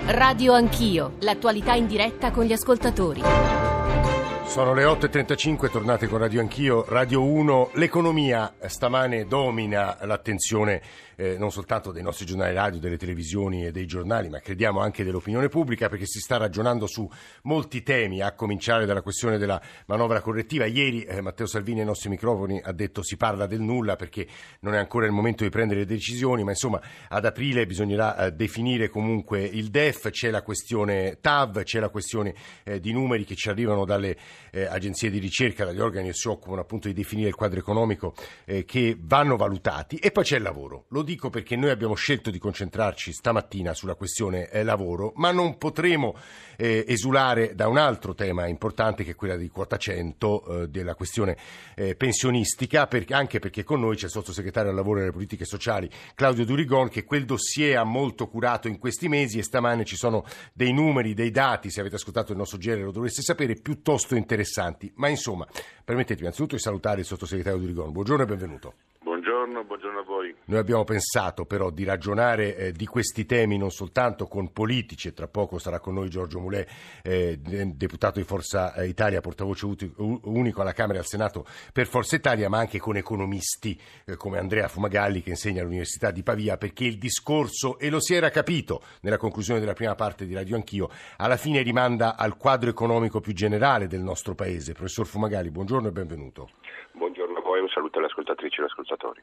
Radio Anch'io, l'attualità in diretta con gli ascoltatori. Sono le 8.35, tornate con Radio Anch'io, Radio 1. L'economia stamane domina l'attenzione non soltanto dei nostri giornali radio, delle televisioni e dei giornali, ma crediamo anche dell'opinione pubblica, perché si sta ragionando su molti temi, a cominciare dalla questione della manovra correttiva. Ieri Matteo Salvini ai nostri microfoni ha detto si parla del nulla perché non è ancora il momento di prendere le decisioni, ma insomma ad aprile bisognerà definire comunque il DEF. C'è la questione TAV, c'è la questione di numeri che ci arrivano dalle agenzie di ricerca, dagli organi che si occupano appunto di definire il quadro economico, che vanno valutati, e poi c'è il lavoro. Lo dico perché noi abbiamo scelto di concentrarci stamattina sulla questione lavoro, ma non potremo esulare da un altro tema importante, che è quella di quota 100, della questione pensionistica, anche perché con noi c'è il sottosegretario al lavoro e alle politiche sociali Claudio Durigon, che quel dossier ha molto curato in questi mesi, e stamane ci sono dei numeri, dei dati, se avete ascoltato il nostro GR lo dovreste sapere, piuttosto interessanti. Ma insomma, permettetemi innanzitutto di salutare il sottosegretario Durigon. Buongiorno e benvenuto. Buongiorno a voi. Noi abbiamo pensato però di ragionare di questi temi non soltanto con politici, e tra poco sarà con noi Giorgio Mulè, deputato di Forza Italia, portavoce unico alla Camera e al Senato per Forza Italia, ma anche con economisti come Andrea Fumagalli, che insegna all'Università di Pavia, perché il discorso, e lo si era capito nella conclusione della prima parte di Radio Anch'io, alla fine rimanda al quadro economico più generale del nostro Paese. Professor Fumagalli, buongiorno e benvenuto. Buongiorno a voi, un saluto alle ascoltatrici e agli ascoltatori.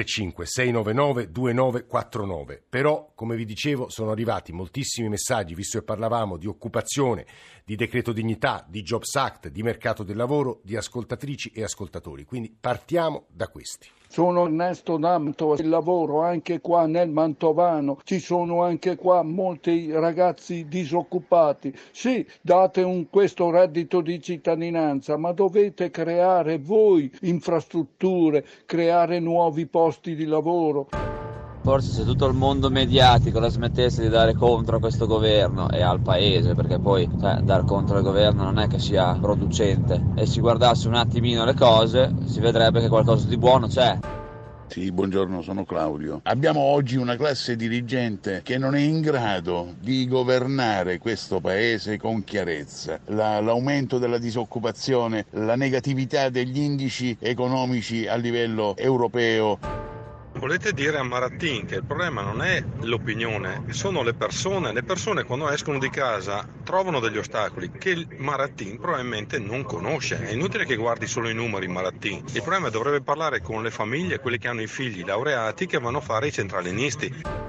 335-699-2949. Però, come vi dicevo, sono arrivati moltissimi messaggi, visto che parlavamo di occupazione, di decreto dignità, di Jobs Act, di mercato del lavoro, di ascoltatrici e ascoltatori. Quindi partiamo da questi. Sono Ernesto D'Amato, il lavoro anche qua nel Mantovano, ci sono anche qua molti ragazzi disoccupati. Sì, date questo reddito di cittadinanza, ma dovete creare voi infrastrutture, creare nuovi posti di lavoro. Forse se tutto il mondo mediatico la smettesse di dare contro a questo governo e al paese, perché poi dar contro al governo non è che sia producente, e si guardasse un attimino le cose, si vedrebbe che qualcosa di buono c'è. Sì, buongiorno, sono Claudio. Abbiamo oggi una classe dirigente che non è in grado di governare questo paese con chiarezza. L'aumento della disoccupazione, la negatività degli indici economici a livello europeo. Volete dire a Marattin che il problema non è l'opinione, sono le persone. Le persone quando escono di casa trovano degli ostacoli che Marattin probabilmente non conosce. È inutile che guardi solo i numeri Marattin. Il problema dovrebbe parlare con le famiglie, quelli che hanno i figli laureati che vanno a fare i centralinisti.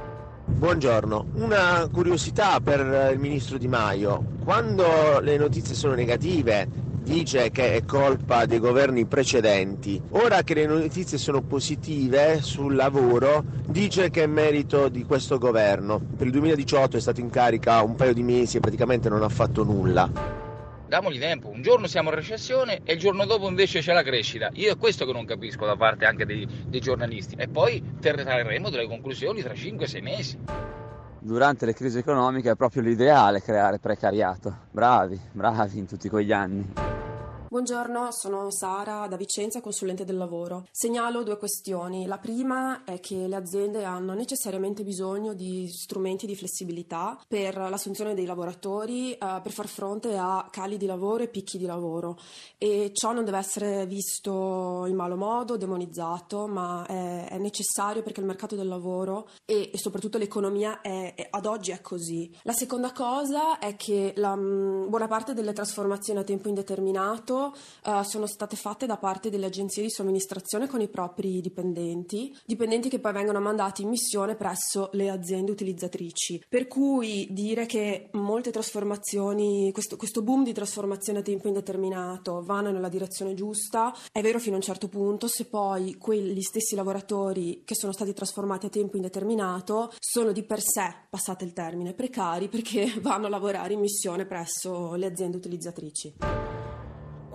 Buongiorno, una curiosità per il ministro Di Maio. Quando le notizie sono negative dice che è colpa dei governi precedenti. Ora che le notizie sono positive sul lavoro, dice che è merito di questo governo. Per il 2018 è stato in carica un paio di mesi e praticamente non ha fatto nulla. Damogli tempo, un giorno siamo in recessione e il giorno dopo invece c'è la crescita. Io è questo che non capisco da parte anche dei giornalisti. E poi trarremo delle conclusioni tra 5-6 mesi. Durante le crisi economiche è proprio l'ideale creare precariato. Bravi in tutti quegli anni. Buongiorno, sono Sara da Vicenza, consulente del lavoro. Segnalo 2 questioni. La prima è che le aziende hanno necessariamente bisogno di strumenti di flessibilità per l'assunzione dei lavoratori, per far fronte a cali di lavoro e picchi di lavoro, e ciò non deve essere visto in malo modo, demonizzato, ma è necessario perché il mercato del lavoro e soprattutto l'economia ad oggi è così. La seconda cosa è che buona parte delle trasformazioni a tempo indeterminato sono state fatte da parte delle agenzie di somministrazione con i propri dipendenti che poi vengono mandati in missione presso le aziende utilizzatrici. Per cui dire che molte trasformazioni, questo boom di trasformazione a tempo indeterminato vanno nella direzione giusta, è vero fino a un certo punto, se poi quegli stessi lavoratori che sono stati trasformati a tempo indeterminato sono di per sé, passate il termine, precari, perché vanno a lavorare in missione presso le aziende utilizzatrici.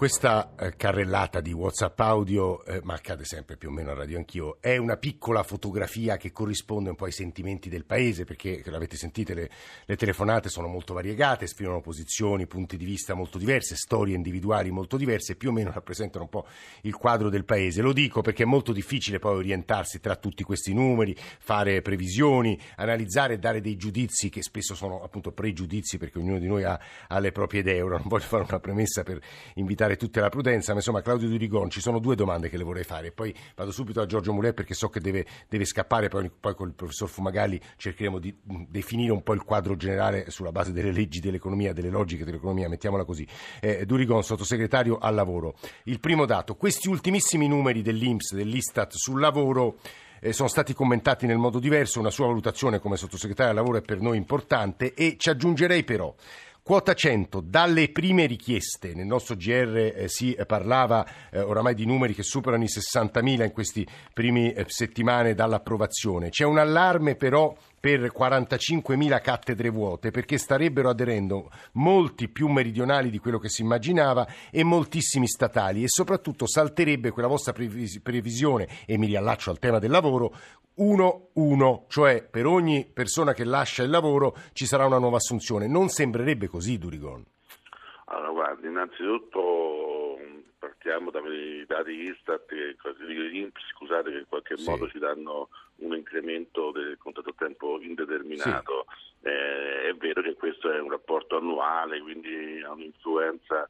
Questa carrellata di WhatsApp audio, ma accade sempre più o meno a Radio Anch'io, è una piccola fotografia che corrisponde un po' ai sentimenti del paese, perché l'avete sentite, le telefonate sono molto variegate, esprimono posizioni, punti di vista molto diverse, storie individuali molto diverse, più o meno rappresentano un po' il quadro del paese. Lo dico perché è molto difficile poi orientarsi tra tutti questi numeri, fare previsioni, analizzare e dare dei giudizi che spesso sono appunto pregiudizi, perché ognuno di noi ha le proprie idee. Ora non voglio fare una premessa per invitare tutte alla prudenza, ma insomma, Claudio Durigon, ci sono due domande che le vorrei fare, poi vado subito a Giorgio Mulè perché so che deve scappare, poi con il professor Fumagalli cercheremo di definire un po' il quadro generale sulla base delle leggi dell'economia, delle logiche dell'economia, mettiamola così. Durigon, sottosegretario al lavoro. Il primo dato: questi ultimissimi numeri dell'INPS, dell'Istat sul lavoro sono stati commentati nel modo diverso. Una sua valutazione come sottosegretario al lavoro è per noi importante, e ci aggiungerei però: quota 100, dalle prime richieste, nel nostro GR si parlava oramai di numeri che superano i 60.000 in questi primi settimane dall'approvazione. C'è un allarme però per 45.000 cattedre vuote, perché starebbero aderendo molti più meridionali di quello che si immaginava e moltissimi statali, e soprattutto salterebbe quella vostra previsione, e mi riallaccio al tema del lavoro, 1-1, cioè per ogni persona che lascia il lavoro ci sarà una nuova assunzione. Non sembrerebbe così, Durigon? Allora, guardi, innanzitutto partiamo dai dati Istat e INPS, scusate, che in qualche modo ci danno un incremento del contratto a tempo indeterminato. È vero che questo è un rapporto annuale, quindi ha un'influenza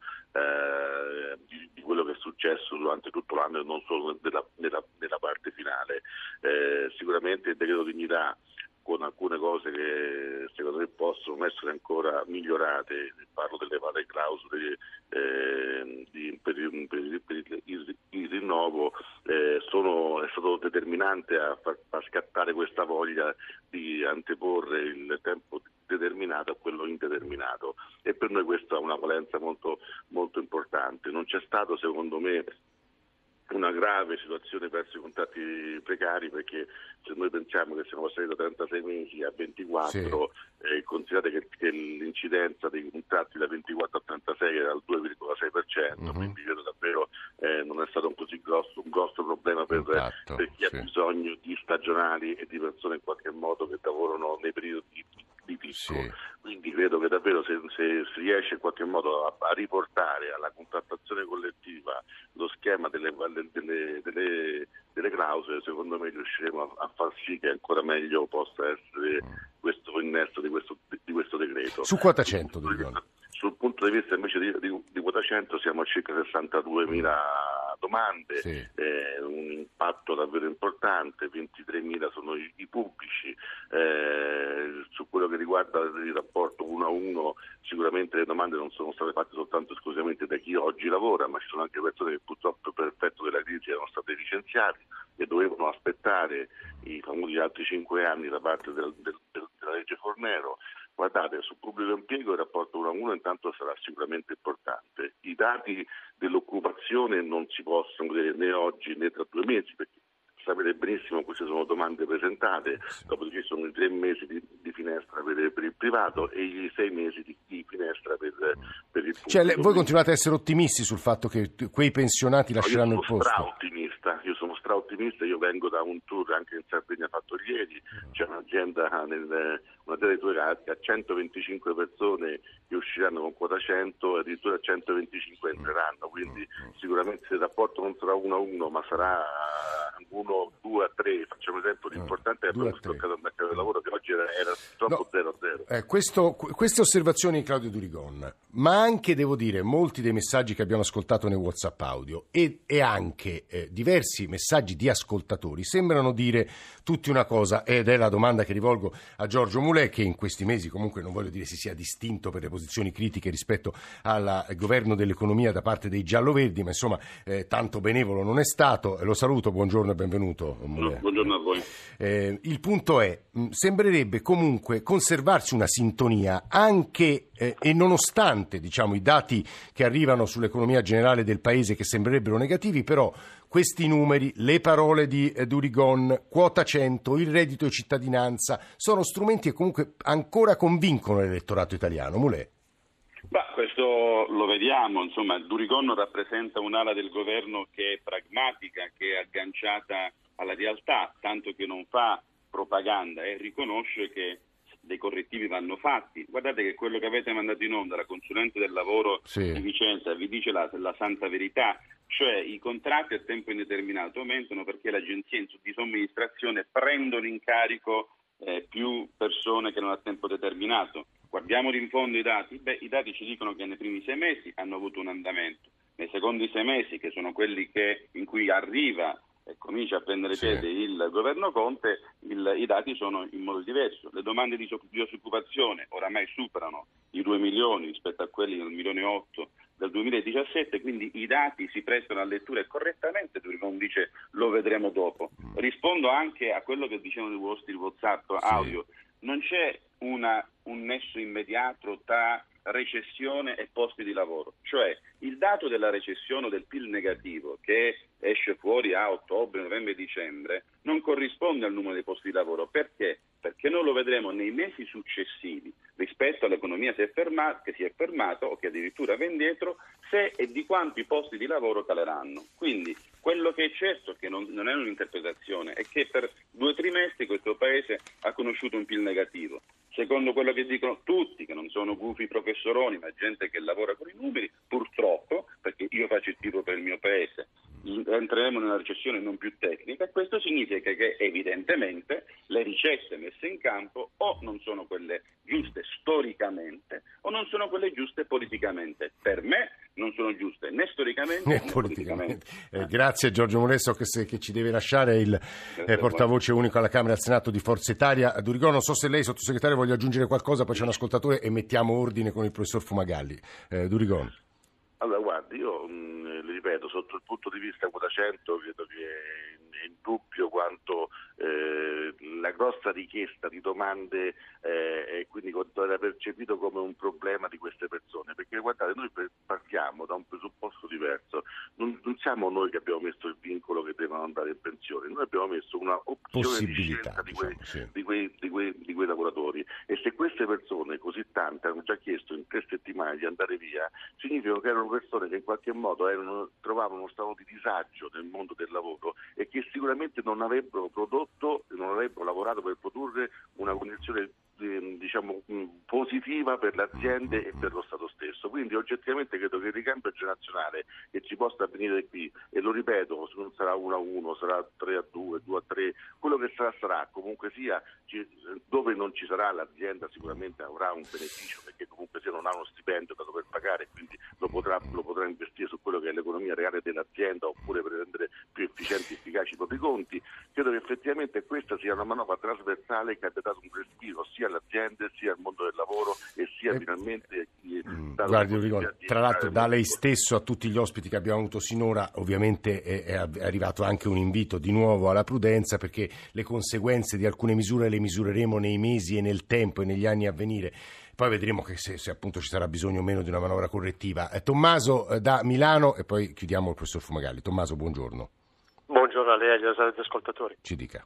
di quello che è successo durante tutto l'anno e non solo nella parte finale. Sicuramente il decreto dignità, con alcune cose che secondo me possono essere ancora migliorate, parlo delle varie clausole per il rinnovo, è stato determinante a far scattare questa voglia di anteporre il tempo determinato a quello indeterminato, e per noi questa è una valenza molto, molto importante. Non c'è stato, secondo me, una grave situazione verso i contratti precari, perché se noi pensiamo che siamo passati da 36 mesi a 24, considerate che l'incidenza dei contratti da 24 a 36 era al 2,6%, quindi credo davvero non è stato un grosso problema per chi ha bisogno di stagionali e di persone in qualche modo che lavorano nei periodi di picco. Quindi credo che davvero se si riesce in qualche modo a riportare alla contrattazione collettiva lo schema delle clausole, secondo me riusciremo a far sì che ancora meglio possa essere questo innesto di questo decreto. Su quota 100, sul punto di vista invece di quota 100 siamo a circa 62.000 domande, un impatto davvero importante, 23.000 sono i pubblici. Su quello che riguarda il rapporto 1-1, sicuramente le domande non sono state fatte soltanto esclusivamente da chi oggi lavora, ma ci sono anche persone che purtroppo per effetto della crisi erano state licenziate e dovevano aspettare i famosi altri 5 anni da parte della legge Fornero. Guardate, sul pubblico impiego il rapporto 1-1 intanto sarà sicuramente importante. I dati dell'occupazione non si possono vedere né oggi né tra 2 mesi, perché sapete benissimo queste sono domande presentate, dopodiché sono i 3 mesi di finestra per il privato e i 6 mesi di finestra per il pubblico. Cioè, voi continuate a essere ottimisti sul fatto che quei pensionati lasceranno il posto? Io sono straottimista, io vengo da un tour anche in Sardegna fatto ieri, c'è un'azienda che ha 125 persone che usciranno con quota 100 e addirittura 125 entreranno, quindi sicuramente il rapporto non sarà 1-1 ma sarà 1-2-3, facciamo esempio, l'importante è proprio toccato al mercato del lavoro che oggi era troppo 0-0. Queste osservazioni, Claudio Durigon, ma anche, devo dire, molti dei messaggi che abbiamo ascoltato nei WhatsApp audio e anche diversi messaggi di ascoltatori sembrano dire tutti una cosa, ed è la domanda che rivolgo a Giorgio Mulè, che in questi mesi comunque non voglio dire si sia distinto per le posizioni critiche rispetto al governo dell'economia da parte dei gialloverdi, ma insomma tanto benevolo non è stato. Lo saluto, buongiorno e benvenuto Mulè. Buongiorno a voi. Il punto è, sembrerebbe comunque conservarsi una sintonia anche e nonostante, diciamo, i dati che arrivano sull'economia generale del paese che sembrerebbero negativi, però questi numeri, le parole di Durigon, quota 100, il reddito di cittadinanza, sono strumenti che comunque ancora convincono l'elettorato italiano. Mulè? Questo lo vediamo, insomma, Durigon rappresenta un'ala del governo che è pragmatica, che è agganciata alla realtà, tanto che non fa propaganda e riconosce che dei correttivi vanno fatti. Guardate che quello che avete mandato in onda, la consulente del lavoro di Vicenza, vi dice la santa verità, cioè i contratti a tempo indeterminato aumentano perché le agenzie di somministrazione prendono in carico più persone che non a tempo determinato. Guardiamo in fondo i dati, i dati ci dicono che nei primi 6 mesi hanno avuto un andamento, nei secondi 6 mesi, che sono quelli in cui arriva e comincia a prendere piede il governo Conte, i dati sono in modo diverso. Le domande di disoccupazione oramai superano i 2 milioni rispetto a quelli del 1,8 milioni del 2017, quindi i dati si prestano a lettura e correttamente Durigon dice lo vedremo dopo. Rispondo anche a quello che dicevano i vostri WhatsApp audio. Non c'è un nesso immediato tra recessione e posti di lavoro, cioè il dato della recessione o del PIL negativo che esce fuori a ottobre, novembre e dicembre non corrisponde al numero dei posti di lavoro. Perché? Perché noi lo vedremo nei mesi successivi rispetto all'economia che si è fermata o che addirittura va indietro, se e di quanti posti di lavoro caleranno. Quindi quello che è certo, che non è un'interpretazione, è che per 2 trimestri questo Paese ha conosciuto un PIL negativo. Secondo quello che dicono tutti, che non sono gufi professoroni, ma gente che lavora con i numeri, purtroppo, perché io faccio il tifo per il mio Paese, entreremo in una recessione non più tecnica, e questo significa che evidentemente le ricette messe in campo o non sono quelle giuste storicamente o non sono quelle giuste politicamente. Per me non sono giuste né storicamente né politicamente. Grazie Giorgio Molesso che ci deve lasciare, il portavoce unico alla Camera e al Senato di Forza Italia. Durigon, non so se lei, sottosegretario, voglia aggiungere qualcosa, poi c'è un ascoltatore e mettiamo ordine con il professor Fumagalli. Durigon. Allora, guardi, io le ripeto, sotto il punto di vista quota 100 credo che è indubbio quanto la grossa richiesta di domande e quindi era percepito come un problema di queste persone, perché guardate, noi partiamo da un presupposto diverso, non siamo noi che abbiamo messo il vincolo che devono andare in pensione, noi abbiamo messo una opzione di scelta di quei lavoratori, e se queste persone così tante hanno già chiesto in 3 settimane di andare via, significa che erano persone che in qualche modo trovavano uno stato di disagio nel mondo del lavoro e che sicuramente non avrebbero prodotto, non avrebbero lavorato per produrre una condizione positiva per le aziende e per lo Stato stesso. Quindi oggettivamente credo che il ricambio generazionale che ci possa avvenire qui, e lo ripeto, non sarà 1-1, sarà 3-2, 2-3, quello che sarà, comunque sia, dove non ci sarà l'azienda sicuramente avrà un beneficio, perché comunque sia non ha uno stipendio da dover pagare, quindi lo potrà investire su quello che è l'economia reale dell'azienda, oppure per rendere più efficienti e efficaci i propri conti. Credo che effettivamente questa sia una manovra trasversale che abbia dato un respiro sia alle aziende, sia al mondo del lavoro e sia finalmente guardi, tra l'altro da lei stesso a tutti gli ospiti che abbiamo avuto sinora ovviamente è arrivato anche un invito di nuovo alla prudenza, perché le conseguenze di alcune misure le misureremo nei mesi e nel tempo e negli anni a venire. Poi vedremo che se appunto ci sarà bisogno o meno di una manovra correttiva. Tommaso da Milano, e poi chiudiamo il professor Fumagalli. Tommaso, buongiorno. Buongiorno a lei e agli ascoltatori. Ci dica.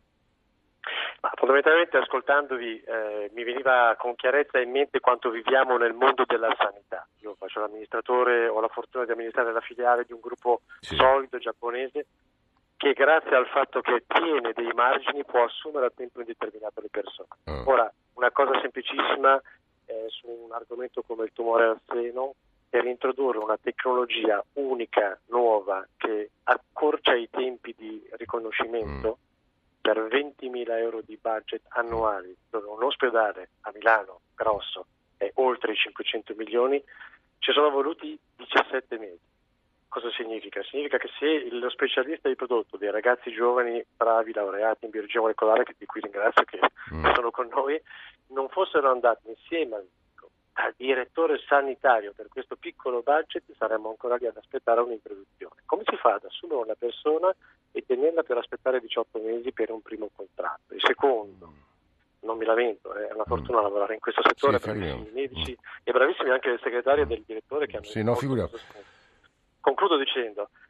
Ma fondamentalmente ascoltandovi mi veniva con chiarezza in mente quanto viviamo nel mondo della sanità. Io faccio l'amministratore, ho la fortuna di amministrare la filiale di un gruppo solido giapponese che grazie al fatto che tiene dei margini può assumere a tempo indeterminato le persone. Ora, una cosa semplicissima su un argomento come il tumore al seno, per introdurre una tecnologia unica, nuova, che accorcia i tempi di riconoscimento per 20.000 euro di budget annuali, dove un ospedale a Milano grosso è oltre i 500 milioni, ci sono voluti 17 mesi. Cosa significa? Significa che se lo specialista di prodotto, dei ragazzi giovani, bravi, laureati in biologia molecolare, di cui ringrazio che sono con noi, non fossero andati insieme al direttore sanitario per questo piccolo budget, saremmo ancora lì ad aspettare un'introduzione. Come si fa ad assumere una persona e tenerla per aspettare 18 mesi per un primo contratto? Il secondo, non mi lamento, è una fortuna lavorare in questo settore, bravissimi medici e bravissimi anche le segretarie del direttore che hanno... Sì, no, figuriamo. Concludo dicendo,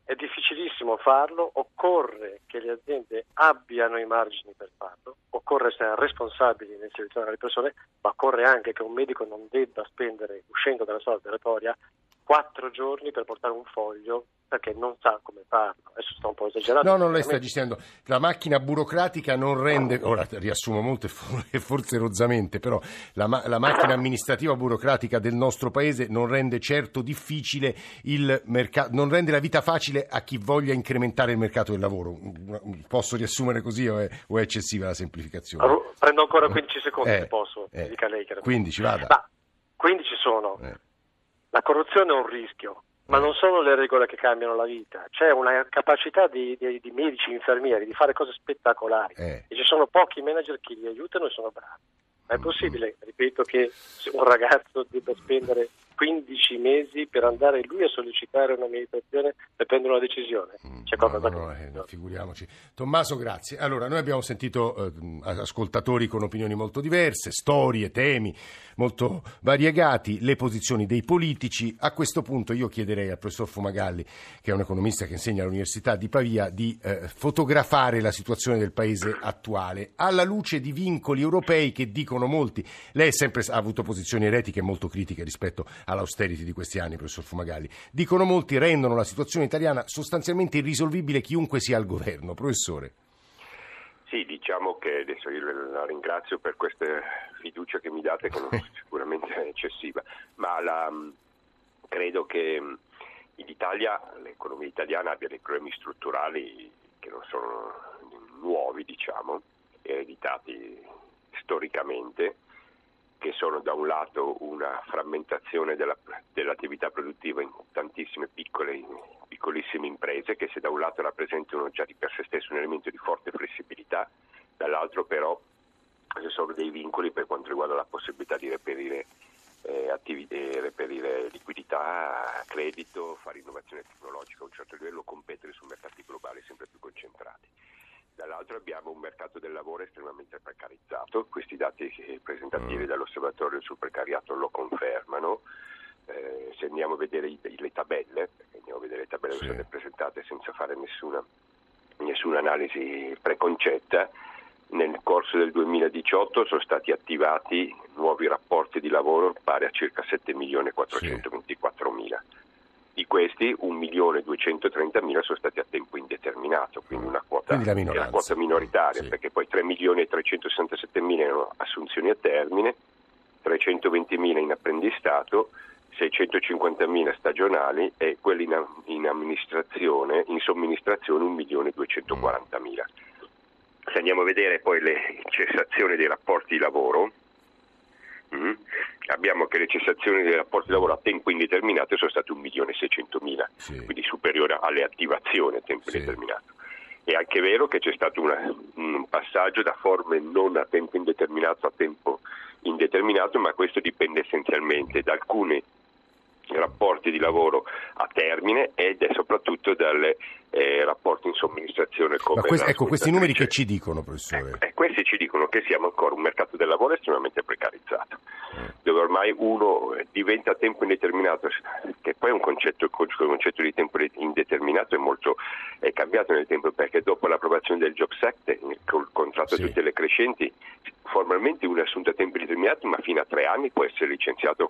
È difficilissimo farlo, occorre che le aziende abbiano i margini per farlo, occorre essere responsabili nel selezionare le persone, ma occorre anche che un medico non debba spendere, uscendo dalla sala operatoria, 4 giorni per portare un foglio perché non sa come farlo. Adesso sta un po' esagerato. No, non lei sta dicendo, la macchina burocratica non rende, ora riassumo molto e forse rozzamente, però la macchina amministrativa burocratica del nostro paese non rende certo difficile il mercato, non rende la vita facile a chi voglia incrementare il mercato del lavoro. Posso riassumere così o è eccessiva la semplificazione? Prendo ancora 15 secondi se posso, dica lei. 15, vada. Ma 15 sono. La corruzione è un rischio, ma non sono le regole che cambiano la vita. C'è una capacità di medici, infermieri di fare cose spettacolari e ci sono pochi manager che li aiutano e sono bravi. Ma è possibile, ripeto, che un ragazzo debba spendere 15 mesi per andare lui a sollecitare una meditazione per prendere una decisione? C'è qualcosa figuriamoci. Tommaso, grazie. Allora, noi abbiamo sentito ascoltatori con opinioni molto diverse, storie, temi molto variegati, le posizioni dei politici. A questo punto io chiederei al professor Fumagalli, che è un economista che insegna all'Università di Pavia, di fotografare la situazione del paese attuale alla luce di vincoli europei che dicono molti. Lei ha avuto posizioni eretiche molto critiche rispetto all'austerity di questi anni, professor Fumagalli. Dicono molti, rendono la situazione italiana sostanzialmente irrisolvibile chiunque sia al governo. Professore. Sì, diciamo che adesso io la ringrazio per questa fiducia che mi date, che non sicuramente è eccessiva, ma credo che in Italia l'economia italiana abbia dei problemi strutturali che non sono nuovi, diciamo, ereditati storicamente, che sono da un lato una frammentazione dell'attività produttiva in tantissime piccolissime imprese, che se da un lato rappresentano già di per sé stesso un elemento di forte flessibilità, dall'altro però ci sono dei vincoli per quanto riguarda la possibilità di reperire liquidità, credito, fare innovazione tecnologica a un certo livello, competere su mercati globali sempre più concentrati. Dall'altro abbiamo un mercato del lavoro estremamente precarizzato, questi dati presentati ieri dall'Osservatorio sul precariato lo confermano. Se andiamo a vedere le tabelle, che sono state presentate senza fare nessuna analisi preconcetta, nel corso del 2018 sono stati attivati nuovi rapporti di lavoro pari a circa 7.424.000. Di questi 1.230.000 sono stati a tempo indeterminato, quindi una quota minoritaria, perché poi 3.367.000 erano assunzioni a termine, 320.000 in apprendistato, 650.000 stagionali e quelli in amministrazione, in somministrazione 1.240.000. Se andiamo a vedere poi le cessazioni dei rapporti di lavoro, abbiamo che le cessazioni dei rapporti di lavoro a tempo indeterminato sono state 1.600.000, quindi superiore alle attivazioni a tempo indeterminato. È anche vero che c'è stato un passaggio da forme non a tempo indeterminato a tempo indeterminato, ma questo dipende essenzialmente da alcuni rapporti di lavoro a termine ed è soprattutto dalle rapporti in somministrazione come questi numeri che ci dicono, professore? Questi ci dicono che siamo ancora un mercato del lavoro estremamente precarizzato, dove ormai uno diventa a tempo indeterminato, che poi è il concetto di tempo indeterminato è cambiato nel tempo, perché dopo l'approvazione del Jobs Act, col contratto a tutele crescenti, formalmente uno è assunto a tempo indeterminato, ma fino a 3 anni può essere licenziato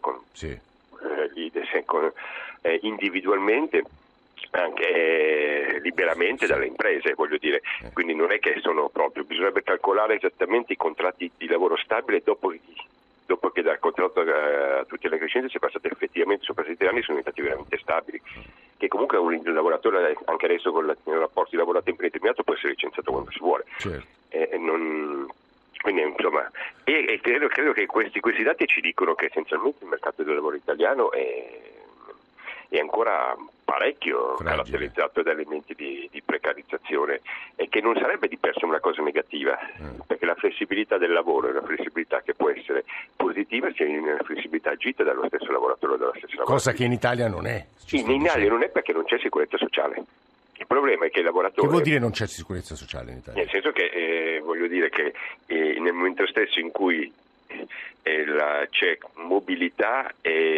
individualmente, anche liberamente dalle imprese, voglio dire, quindi non è che sono proprio, bisognerebbe calcolare esattamente i contratti di lavoro stabile dopo che dal contratto a tutte le crescenti si è passato effettivamente, sono passati 3 anni, sono diventati veramente stabili, che comunque un lavoratore anche adesso con il rapporto di lavoro a tempo indeterminato può essere licenziato quando si vuole. Quindi insomma, e credo che questi dati ci dicono che essenzialmente il mercato del lavoro italiano è ancora parecchio caratterizzato da elementi di precarizzazione e che non sarebbe di per sé una cosa negativa, perché la flessibilità del lavoro è una flessibilità che può essere positiva se è una flessibilità agita dallo stesso lavoratore o dalla stessa lavoratrice. Cosa che in Italia non è. In Italia non è, perché non c'è sicurezza sociale. Il problema è che i lavoratori... Che vuol dire non c'è sicurezza sociale in Italia? Nel senso che voglio dire che nel momento stesso in cui c'è mobilità e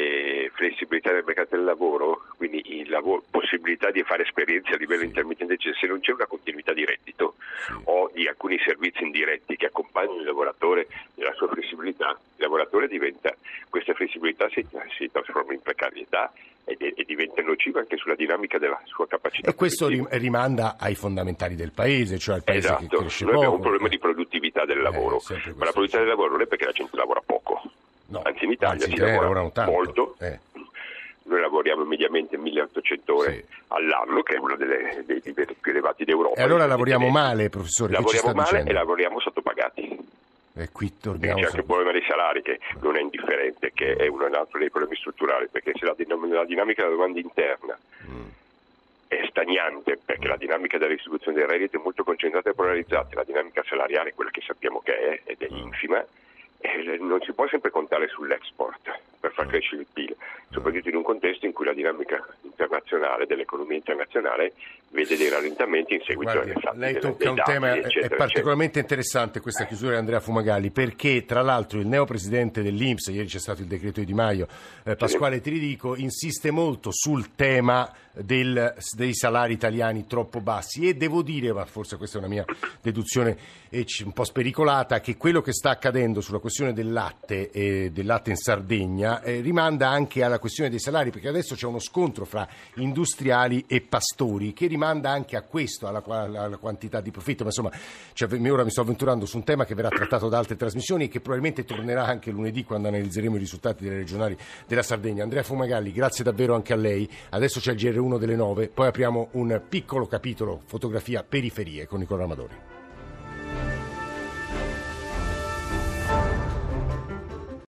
flessibilità del mercato del lavoro, quindi possibilità di fare esperienze a livello intermittente, cioè se non c'è una continuità di reddito o di alcuni servizi indiretti che accompagnano il lavoratore nella sua flessibilità, il lavoratore questa flessibilità si trasforma in precarietà e diventa nociva anche sulla dinamica della sua capacità. E questo rimanda ai fondamentali del paese, cioè al paese che cresce Noi poco. abbiamo un problema di produttività del lavoro, ma la produttività del lavoro non è perché la gente lavora poco, anzi in Italia si lavora molto. Noi lavoriamo mediamente 1800 ore all'anno, che è uno dei livelli più elevati d'Europa. E allora lavoriamo male, professore? Lavoriamo male e lavoriamo sottopagati. E qui c'è anche il problema dei salari, che non è indifferente, che è un altro dei problemi strutturali, perché se la dinamica della domanda interna è stagnante, perché la dinamica della distribuzione dei redditi è molto concentrata e polarizzata, la dinamica salariale è quella che sappiamo che è, ed è infima, non si può sempre contare sull'export per far crescere il PIL, soprattutto in un contesto in cui la dinamica internazionale dell'economia internazionale vede dei rallentamenti in seguito ai fatti. Lei tocca un tema particolarmente interessante, questa chiusura di Andrea Fumagalli, perché tra l'altro il neopresidente dell'INPS, ieri c'è stato il decreto di Di Maio, Pasquale Tridico, insiste molto sul tema dei salari italiani troppo bassi, e devo dire, ma forse questa è una mia deduzione un po' spericolata, che quello che sta accadendo sulla questione del latte in Sardegna rimanda anche alla questione dei salari, perché adesso c'è uno scontro fra industriali e pastori che rimanda anche a questo, alla quantità di profitto, ma insomma ora mi sto avventurando su un tema che verrà trattato da altre trasmissioni e che probabilmente tornerà anche lunedì quando analizzeremo i risultati delle regionali della Sardegna. Andrea Fumagalli, grazie davvero anche a lei. Adesso c'è il GR1 delle 9, poi apriamo un piccolo capitolo fotografia periferie con Nicola Amadori.